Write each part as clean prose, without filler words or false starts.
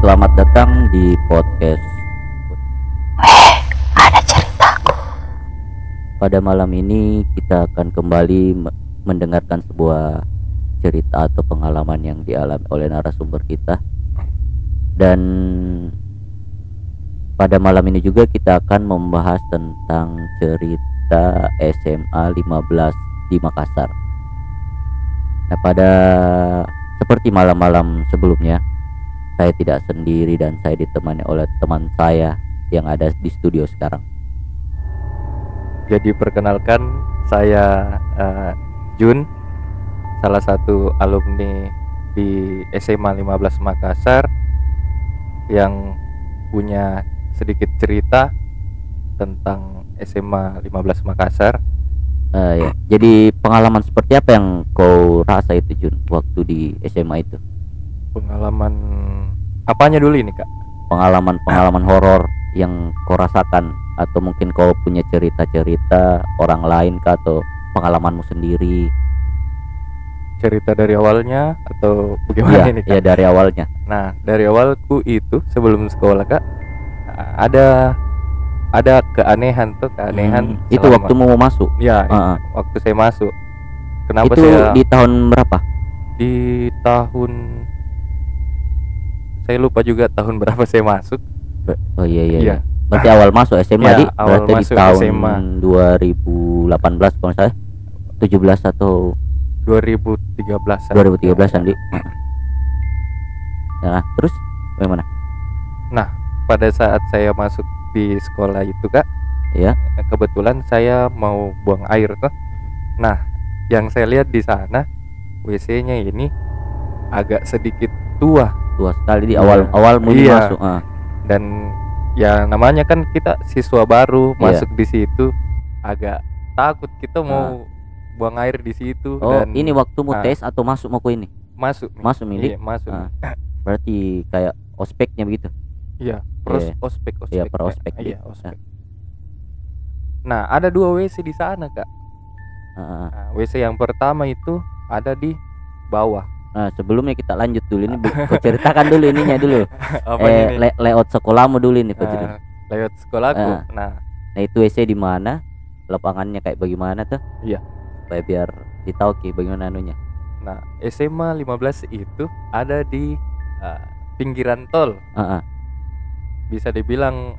Selamat datang di podcast. Ada ceritaku. Pada malam ini kita akan kembali mendengarkan sebuah cerita atau pengalaman yang dialami oleh narasumber kita. Dan pada malam ini juga kita akan membahas tentang cerita SMA 15 di Makassar. Nah, seperti malam-malam sebelumnya, saya tidak sendiri dan saya ditemani oleh teman saya yang ada di studio sekarang. Jadi perkenalkan, saya Jun, salah satu alumni di SMA 15 Makassar yang punya sedikit cerita tentang SMA 15 Makassar. Ya. Jadi pengalaman seperti apa yang kau rasa itu, Jun, waktu di SMA itu? Pengalaman apanya dulu ini, Kak? Pengalaman horor yang kau rasakan, atau mungkin kau punya cerita-cerita orang lain kah, atau pengalamanmu sendiri? Cerita dari awalnya atau bagaimana ini, Kak? Ya, dari awalnya. Nah, dari awalku itu sebelum sekolah, Kak, ada keanehan Itu waktu mau masuk? Ya, waktu saya masuk. Kenapa itu saya di tahun berapa? Di tahun, saya lupa juga tahun berapa saya masuk. Oh iya. Berarti awal masuk SMA ya, berarti di tahun SMA. 2018 kalau saya 17 atau 2013an di. Nah, terus bagaimana? Nah, pada saat saya masuk di sekolah itu, Kak, ya, kebetulan saya mau buang air tuh. Nah, yang saya lihat di sana WC-nya ini agak sedikit tua sekali di awal mulai masuk. Dan ya namanya kan kita siswa baru masuk di situ, agak takut kita mau buang air di situ. Dan ini waktu mau tes atau masuk mau ini? Masuk milik. Iya, masuk. Berarti kayak ospeknya begitu. Iya, ospek. Iya, ospek. Iya, ospek. Nah, ada 2 WC di sana, Kak. Nah, WC yang pertama itu ada di bawah. Nah, sebelumnya kita lanjut dulu ini, kau ceritakan dulu ininya dulu. Layout sekolahmu dulu ini, layout sekolahku. Nah, itu WC di mana? Lapangannya kayak bagaimana tuh? Iya. Supaya biar ditahu bagaimana anunya. Nah, SMA 15 itu ada di pinggiran tol. Bisa dibilang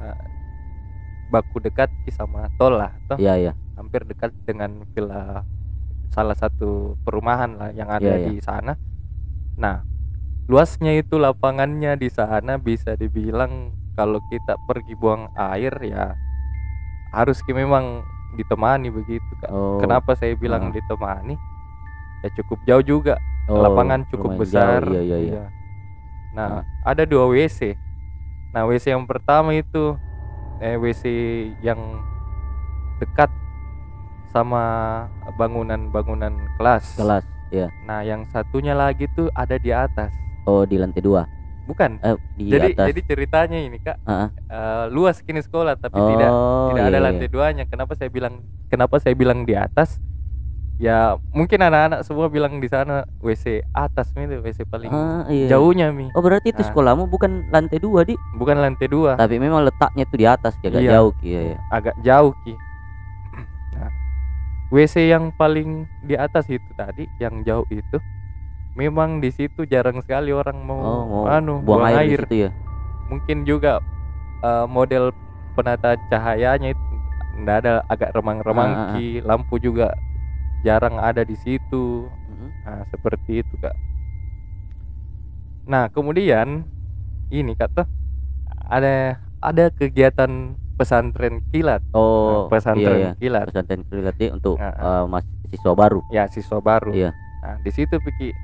baku dekat sama tol lah, toh. Iya. Hampir dekat dengan villa salah satu perumahan lah yang ada di sana. Nah, luasnya itu lapangannya di sana bisa dibilang kalau kita pergi buang air ya harus memang ditemani begitu, Kak. Kenapa saya bilang ditemani? Ya cukup jauh juga. Lapangan cukup besar. Iya. Nah, ada 2 WC. Nah, WC yang pertama itu WC yang dekat sama bangunan kelas. Ya. Nah, yang satunya lagi tuh ada di atas. Oh, di lantai 2. Bukan. Atas. Jadi ceritanya ini, Kak. Luas kini sekolah tapi tidak ada lantai 2-nya. Kenapa saya bilang di atas? Ya, mungkin anak-anak semua bilang di sana WC atas itu WC paling jauhnya mi. Oh, berarti itu sekolahmu bukan lantai 2, Di? Bukan lantai 2. Tapi memang letaknya itu di atas, agak jauh ya. Agak jauh Nah, WC yang paling di atas itu tadi, yang jauh itu, memang di situ jarang sekali orang mau buang air. Situ ya. Mungkin juga model penata cahayanya itu enggak ada, agak remang-remang lampu juga jarang ada di situ. Nah, seperti itu, Kak. Nah, kemudian ini, Kak, tuh ada kegiatan pesantren kilat. Pesantren kilat untuk siswa baru. Ya, siswa baru. Iya. Nah, di situ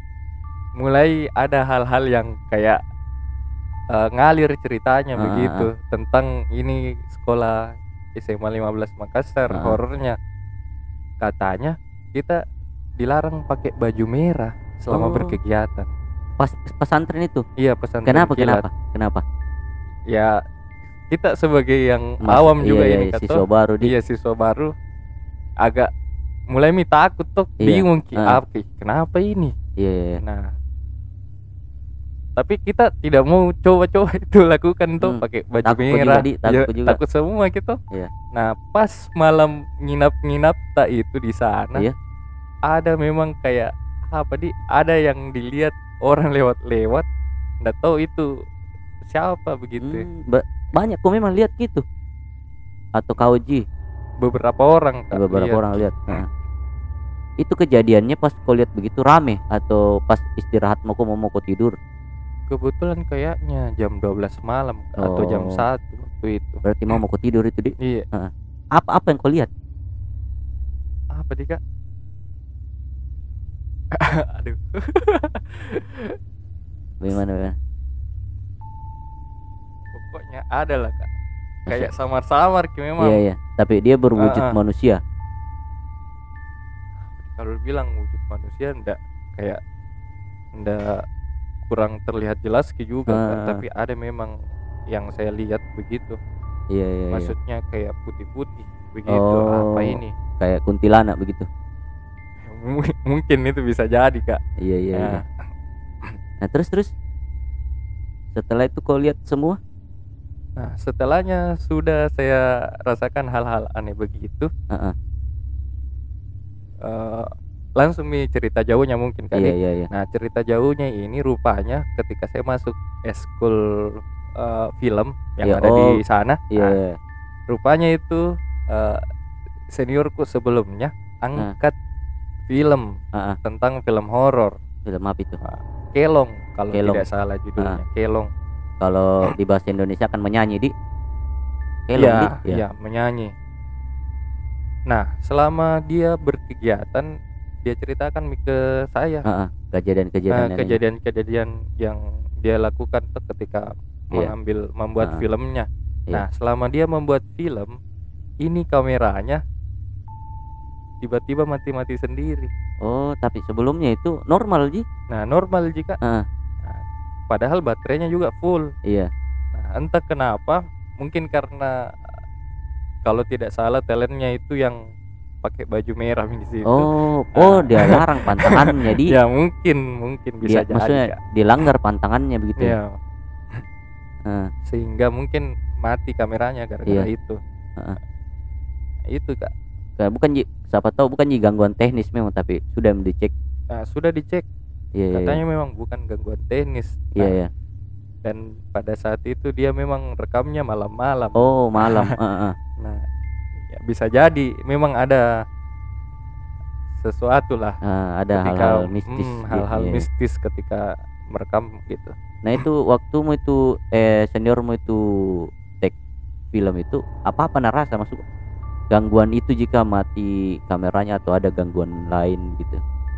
mulai ada hal-hal yang kayak ngalir ceritanya begitu tentang ini sekolah SMA 15 Makassar. Horornya katanya kita dilarang pakai baju merah selama berkegiatan. Pas pesantren itu? Iya, pesantren kilat. Kenapa? Ya, kita sebagai yang awam juga ini, siswa baru. Iya, siswa baru agak mulai takut tuh, bingung kenapa ini. Iya. Nah, tapi kita tidak mau coba-coba itu lakukan tuh pakai baju takut merah. takut juga. Takut semua gitu. Iya. Nah pas malam nginap-nginap tak itu di sana, Iya. ada memang kayak ada yang dilihat orang lewat-lewat, nggak tahu itu siapa begitu. Banyak kok memang lihat gitu, atau kau Ji? Beberapa orang Kak, beberapa orang lihat. Itu kejadiannya pas kau lihat begitu rame atau pas istirahat mau kau tidur? Kebetulan kayaknya jam 12 malam atau jam 1 waktu itu. Berarti mau kau tidur itu, Di? Iya. Apa yang kau lihat? Apa di Kak? Aduh. Bagaimana? Pokoknya ada lah Kak. Kayak samar-samar memang. Iya. Tapi dia berwujud manusia. Kalau bilang wujud manusia ndak kurang terlihat jelas juga Kak. Tapi ada memang yang saya lihat begitu. Iya. Maksudnya kayak putih-putih begitu. Apa ini? Kayak kuntilanak begitu. Mungkin itu bisa jadi Kak. Iya. Nah terus setelah itu kau lihat semua? Nah setelahnya sudah saya rasakan hal-hal aneh begitu. Langsung nih cerita jauhnya mungkin Kak. Iya. Nah cerita jauhnya ini rupanya ketika saya masuk eskul film yang ada di sana. Iya. Rupanya itu seniorku sebelumnya angkat film tentang film horor. Film apa itu? Kelong kalau tidak salah judulnya. Kelong. Kalau di bahasa Indonesia kan menyanyi, Di. Kelong, Iya, menyanyi. Nah selama dia berkegiatan, dia ceritakan ke saya kejadian-kejadian yang dia lakukan ketika membuat filmnya. Nah selama dia membuat film ini, kameranya tiba-tiba mati sendiri. Oh tapi sebelumnya itu normal, Ji? Nah normal jika padahal baterainya juga full. Iya. Nah entah kenapa, mungkin karena kalau tidak salah talentnya itu yang pakai baju merah di situ. Dia larang pantangannya, Di. Ya mungkin bisa jadi. Maksudnya dilanggar pantangannya begitu. Iya. Sehingga mungkin mati kameranya gara-gara itu. Itu Kak. Bukan, Ji, siapa tahu bukan, Ji, gangguan teknis memang, tapi sudah dicek. Nah sudah dicek. Katanya memang bukan gangguan teknis. Iya. Dan pada saat itu dia memang rekamnya malam-malam. Malam. Nah ya bisa jadi memang ada sesuatu lah. Ada hal-hal mistis. Hal-hal mistis ketika merekam gitu. Nah itu waktumu itu seniormu itu take film itu apa pernah rasa masuk gangguan itu jika mati kameranya, atau ada gangguan lain gitu,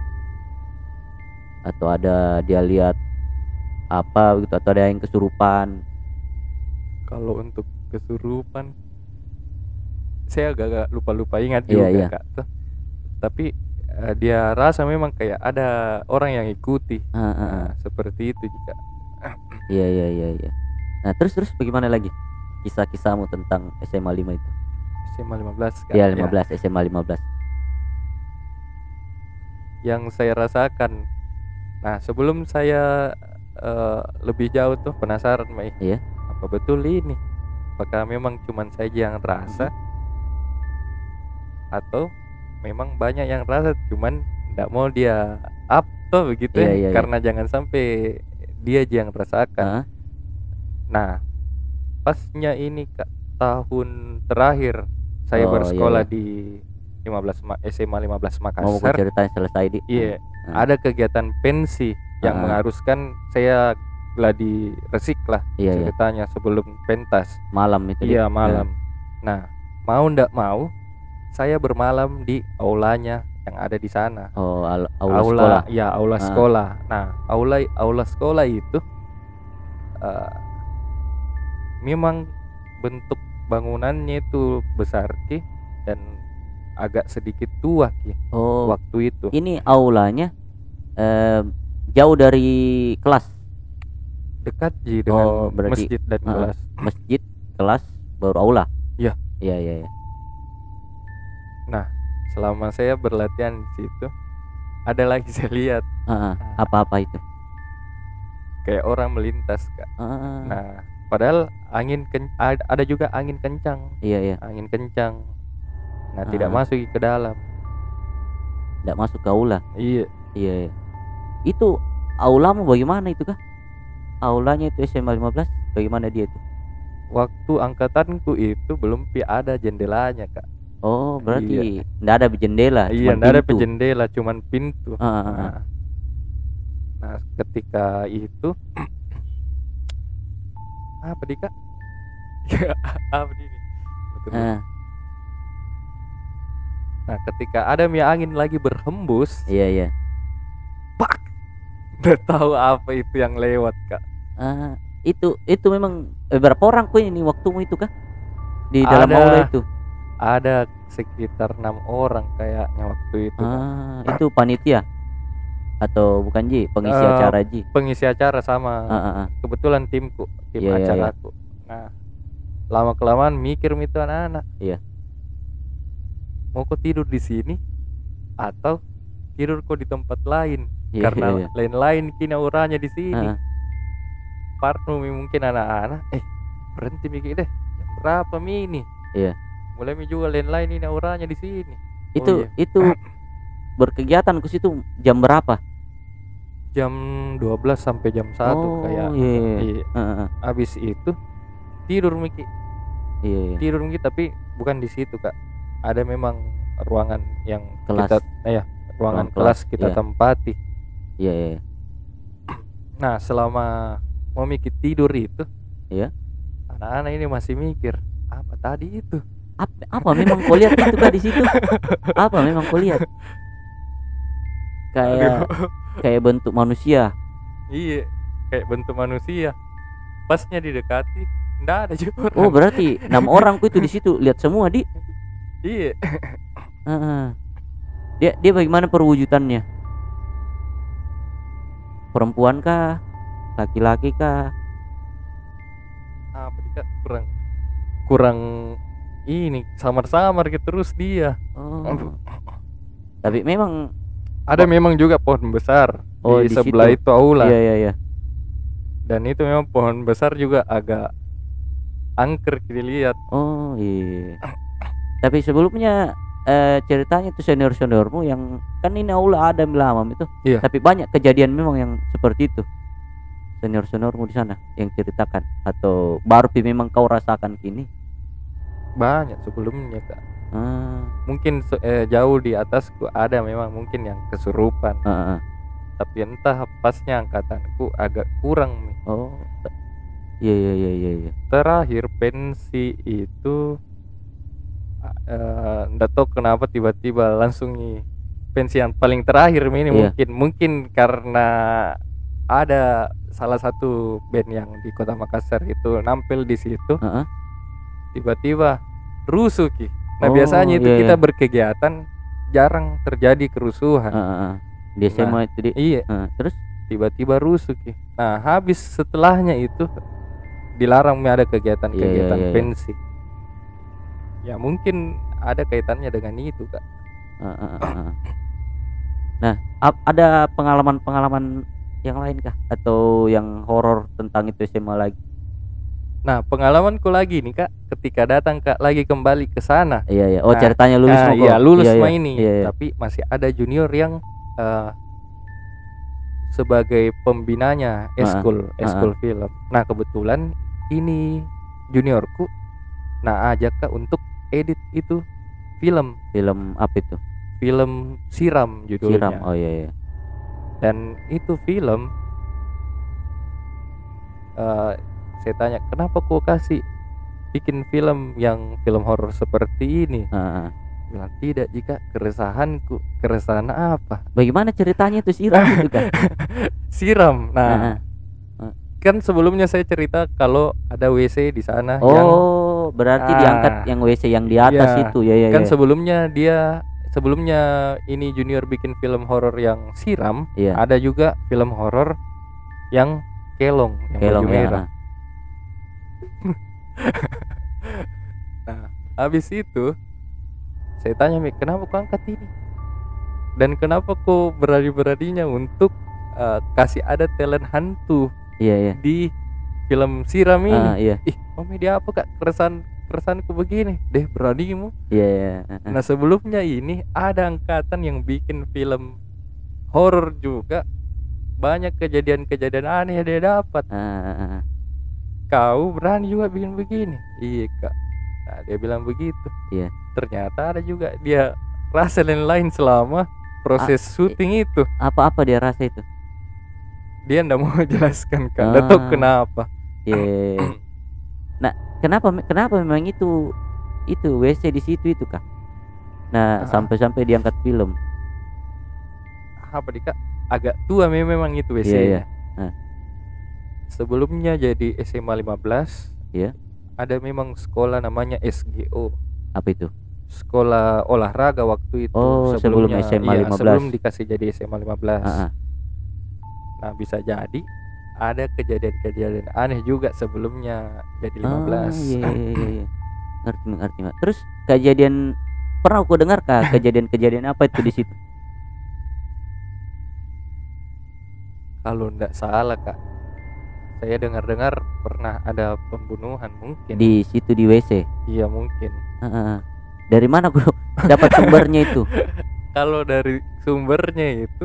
atau ada dia lihat apa gitu, atau ada yang kesurupan? Kalau untuk kesurupan saya agak lupa ingat juga Kak. Tapi dia rasa memang kayak ada orang yang ikuti. Seperti itu juga. Iya. Nah terus bagaimana lagi kisah-kisahmu tentang SMA 5 itu? SMA 15 Kak. Iya 15. SMA 15 yang saya rasakan. Nah sebelum saya lebih jauh tuh penasaran Mai. Iya. Apa betul ini? Apakah memang cuman saya yang rasa, atau memang banyak yang rasa cuman tidak mau dia up tuh begitu karena jangan sampai dia yang rasakan. Nah pasnya ini Kak, tahun terakhir saya bersekolah di SMA 15 Makassar. Mau ceritanya selesai, Di? Iya. Ada kegiatan pensi yang mengharuskan saya gladi resik lah ceritanya sebelum pentas. Malam itu? Iya malam. Nah mau ndak mau saya bermalam di aulanya yang ada di sana. Aula sekolah. Ya aula sekolah. Nah aula sekolah itu memang bentuk bangunannya itu besar Ki, dan agak sedikit tua Ki. Waktu itu. Ini aulanya jauh dari kelas? Dekat Ji dengan masjid dan kelas. Masjid, kelas, baru aula. Iya. Iya. Nah selama saya berlatihan di situ, ada lagi saya lihat. Apa itu? kayak orang melintas Kak. Ah, Nah, padahal ada juga angin kencang. iya iya. Angin kencang. Nah, tidak Ah, masuk ke dalam. tidak masuk ke aula. Iya, Iya, iya. Itu aulamu bagaimana itu kah? Aulanya itu SMA 15 bagaimana dia itu? waktu angkatanku itu belum ada jendelanya Kak. Oh, Iya, berarti enggak ada jendela, iya, cuman nggak ada pintu. jendela, cuman pintu. Ah, ah, ah. Nah, nah, ketika itu apa di Kak? Apa ini? Betul. Ah, Nah, ketika ada angin lagi berhembus, iya iya. pak, nggak tahu apa itu yang lewat Kak. Ah, itu memang berapa orang kau ini waktumu itu kah? Di dalam Ada aula itu. ada sekitar 6 orang kayaknya waktu itu Kak. Ah, itu panitia atau bukan Ji, pengisi Eh, acara Ji. Pengisi acara sama Ah, ah, ah. kebetulan timku, tim Iya, iya, iya. acaraku. Nah, lama kelamaan mikir itu anak-anak, Iya. mau kok tidur di sini atau tidur kok di tempat lain, Iya, karena iya, iya. lain-lain kini auranya di sini. Ah, ah. Parno mungkin anak-anak berhenti mikir deh, jam berapa ini, Iya. mulai juga lain-lain ini auranya di sini. Itu Oh, iya. itu berkegiatan ke situ jam berapa? Jam 12 sampai jam 1 Oh, kayak. iya, iya. Iya. Ah, ah, ah. Habis itu tidur Miki, Iya, iya. tidur Miki, tapi bukan di situ Kak. Ada memang ruangan yang Kelas. kita ruangan Ruang kelas kelas, kita iya. tempati. Iya, iya. Nah, selama mau Miki tidur itu, Iya. anak-anak ini masih mikir apa tadi itu. Apa memang kau lihat itu kah di situ? Apa memang kau lihat? Kayak Aduh. kayak bentuk manusia. Iya, kayak bentuk manusia. Pasnya didekati, nggak ada juga orang. Oh, berarti 6 orang ku itu di situ lihat semua di. Iya. Heeh. Dia bagaimana perwujudannya? Perempuan kah? Laki-laki kah? Apa Kak, kurang ini, samar-samar gitu terus dia. Oh. Tapi memang Ada memang juga pohon besar Oh, di di sebelah situ. itu aula. Iya, iya, iya. Dan itu memang pohon besar juga agak angker dilihat. Oh, iya. Tapi sebelumnya ceritanya itu senior-seniormu yang kan ini aula ada lama itu. Iya. Tapi banyak kejadian memang yang seperti itu. Senior-seniormu di sana yang ceritakan atau baru memang kau rasakan kini? Banyak sebelumnya Kak. Ah, Mungkin jauh di atasku ada memang mungkin yang kesurupan. ah, ah. Tapi entah pasnya angkatanku agak kurang nih. Oh, iya, iya, iya, iya, iya. Terakhir pensi itu nggak tahu kenapa tiba-tiba langsung nih pensi yang paling terakhir ini. Iya. mungkin karena ada salah satu band yang di Kota Makassar itu nampil di situ, Ah, ah. tiba-tiba rusuh Ki. Nah, Oh, biasanya itu iya, kita iya. berkegiatan jarang terjadi kerusuhan. Ah, ah, ah. Di SMA itu di. Iya, Terus? tiba-tiba rusuh Ki. Nah, habis setelahnya itu dilarang ada kegiatan-kegiatan Iya, iya, iya. pensi. Ya mungkin ada kaitannya dengan itu Kak. Ah, ah, ah, ah. Nah, ada pengalaman-pengalaman yang lain kah atau yang horor tentang itu SMA lagi? Nah, pengalamanku lagi nih Kak, ketika datang Kak lagi kembali ke sana. Iya, iya. Oh, Nah, ceritanya lulus mau iya, kok. lulus Iya, iya. mah ini. Iya, iya. Tapi masih ada junior yang sebagai pembinanya eskul film. Nah, kebetulan ini juniorku ajak Kak untuk edit itu film Film apa itu? Siram judulnya. Siram. Oh, iya, iya. Dan itu film saya tanya, kenapa kau kasih bikin film yang film horor seperti ini? Ah, ah. Bilang tidak, jika keresahan apa? Bagaimana ceritanya itu siram itu kan? Siram. Ah, Nah, kan sebelumnya saya cerita kalau ada WC di sana. Oh, berarti diangkat yang WC yang di atas Iya. itu. Ya, ya, Kan ya. sebelumnya ini junior bikin film horor yang Siram, Iya. ada juga film horor yang Kelong, yang Kelong, baju ya. merah. Nah, habis itu saya tanya, Mik, kenapa kau angkat ini? Dan kenapa kau berani-beraninya untuk kasih ada talent hantu Iya, iya. di film Siram ini. Iya. Ih, komedi apa kak, keresahanku begini deh, beranimu. Iya, iya. Nah sebelumnya ini ada angkatan yang bikin film horor juga, banyak kejadian-kejadian aneh yang dia dapat. Kau berani juga bikin begini? Iya kak. Nah dia bilang begitu. Iya. Ternyata ada juga dia rasa lain-lain selama proses syuting itu. Apa-apa dia rasa itu? Dia ndak mau jelaskan kak, ndak tahu kenapa. Iya. Nah kenapa memang itu WC di situ itu kak? Nah sampai diangkat film. Apa nih kak? Agak tua memang itu WC. Iya. Sebelumnya jadi SMA 15. Iya. Ada memang sekolah namanya SGO. Apa itu? Sekolah olahraga waktu itu. Oh, sebelum SMA 15. Sebelum dikasih jadi SMA 15. Nah bisa jadi ada kejadian-kejadian aneh juga sebelumnya jadi 15. Iya. Ngerti. Terus kejadian pernah aku dengar kak, kejadian-kejadian apa itu di situ? Kalau ndak salah kak, saya dengar pernah ada pembunuhan mungkin di situ di WC. Iya mungkin. Dari mana aku dapat sumbernya itu? Kalau dari sumbernya itu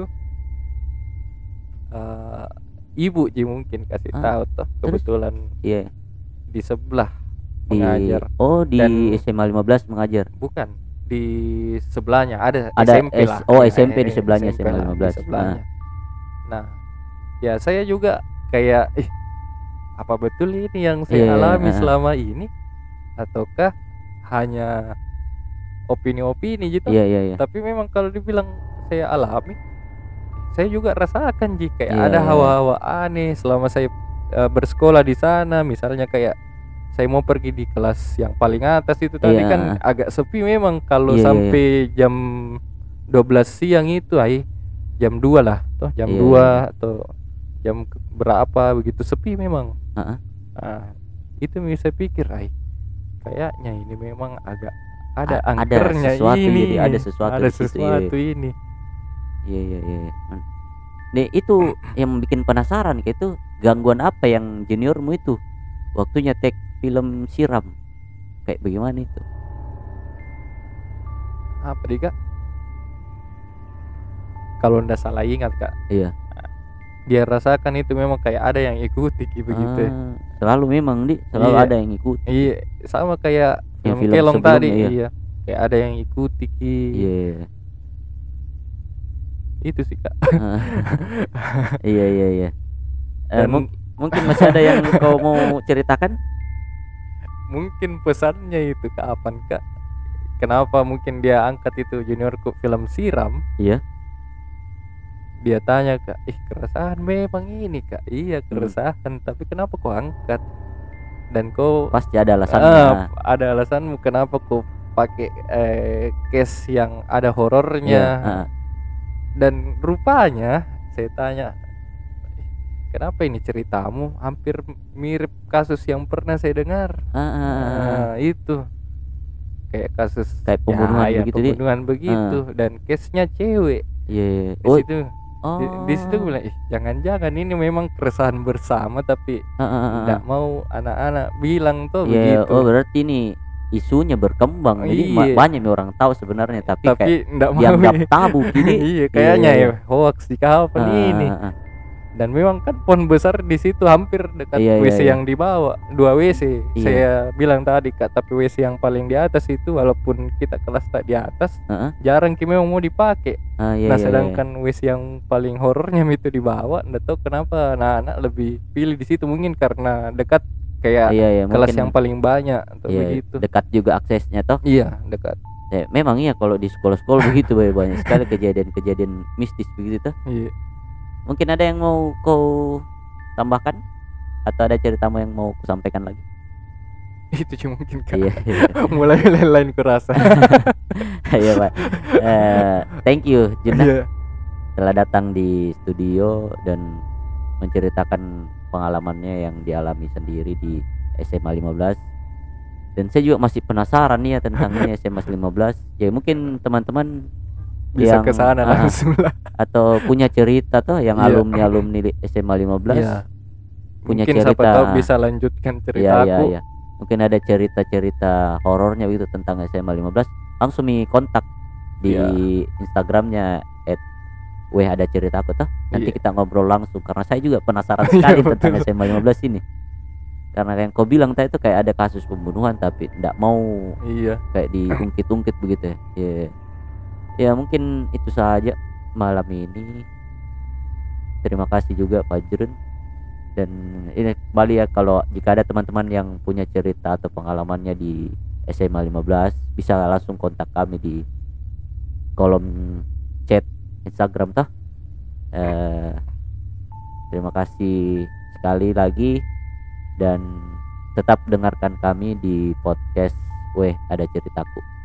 ibu Ji mungkin kasih tahu toh, kebetulan iya di sebelah mengajar. Di SMA 15 mengajar. Bukan, di sebelahnya ada SMP lah. SMP di sebelahnya SMA 15. Nah ya saya juga kayak apa betul ini yang saya alami selama ini, ataukah hanya opini-opini gitu. Iya. Tapi memang kalau dibilang saya alami, saya juga rasakan jika ada hawa-hawa aneh selama saya bersekolah di sana. Misalnya kayak saya mau pergi di kelas yang paling atas itu tadi kan agak sepi memang. Kalau sampai jam 12 siang itu jam 2 lah toh, jam 2 atau jam berapa begitu sepi memang. Nah, itu saya pikir kayaknya ini memang agak ada angkernya ini. Ada sesuatu ini. Iya. Nih itu yang bikin penasaran, itu gangguan apa yang juniormu itu waktu nyetek film Siram, kayak bagaimana itu? Apa nih kak? Kalau ndak salah ingat kak, dia rasakan itu memang kayak ada yang ikuti begitu. Selalu memang selalu ada yang ikuti. Iya, sama kayak film Kelong tadi. Iya, kayak ada yang ikuti Iya. Itu sih kak. Iya. Mungkin masih ada yang kau mau ceritakan? Mungkin pesannya itu kapan kak? Kenapa mungkin dia angkat itu juniorku film Siram? Iya. Dia tanya kak, keresahan memang ini kak. Iya keresahan, tapi kenapa kau angkat? Dan kau pasti ada alasannya. Ada alasanmu kenapa kau pakai case yang ada horornya. Dan rupanya saya tanya, kenapa ini ceritamu hampir mirip kasus yang pernah saya dengar. Itu kayak kasus kayak pembunuhan begitu. Dan case-nya cewek. Iya. Di situ di situ gue bilang jangan-jangan ini memang keresahan bersama, tapi tidak mau anak-anak bilang tuh begitu. Berarti ini isunya berkembang, jadi banyak orang tahu sebenarnya, tapi kayak nggak mau dianggap tabu gini. Iya kayaknya hoax di kapan ini. Dan memang kan pohon besar di situ hampir dekat WC yang di bawah, 2 WC. Saya bilang tadi kak, tapi WC yang paling di atas itu walaupun kita kelas tak di atas, jarang memang mau dipakai. Sedangkan WC yang paling horornya itu di bawah, nggak tahu kenapa anak-anak lebih pilih di situ, mungkin karena dekat kayak kelas yang paling banyak atau begitu. Dekat juga aksesnya toh. Iya dekat. Memang kalau di sekolah-sekolah begitu banyak sekali kejadian-kejadian mistis begitu toh. Iya. Mungkin ada yang mau kau tambahkan atau ada ceritamu yang mau kau sampaikan lagi? Itu cuma mungkin kak. Mulai lain kurasa. Iya Pak. Thank you Juna telah datang di studio dan menceritakan pengalamannya yang dialami sendiri di SMA 15. Dan saya juga masih penasaran nih tentang ini SMA 15. Ya mungkin teman-teman bisa ke sana langsung lah, atau punya cerita tuh yang alumni SMA 15 punya mungkin cerita, siapa tahu bisa lanjutkan cerita aku. Iya. Mungkin ada cerita-cerita horornya begitu tentang SMA 15, langsung kontak di Instagramnya ada cerita aku tuh. Nanti kita ngobrol langsung karena saya juga penasaran sekali tentang SMA 15 ini. Karena yang kau bilang tadi itu kayak ada kasus pembunuhan tapi tidak mau kayak diungkit-ungkit begitu ya. Ya mungkin itu saja malam ini. Terima kasih juga Fajrun. Dan ini kembali ya, kalau jika ada teman-teman yang punya cerita atau pengalamannya di SMA 15 bisa langsung kontak kami di kolom chat Instagram toh. Terima kasih sekali lagi dan tetap dengarkan kami di podcast Ada Ceritaku.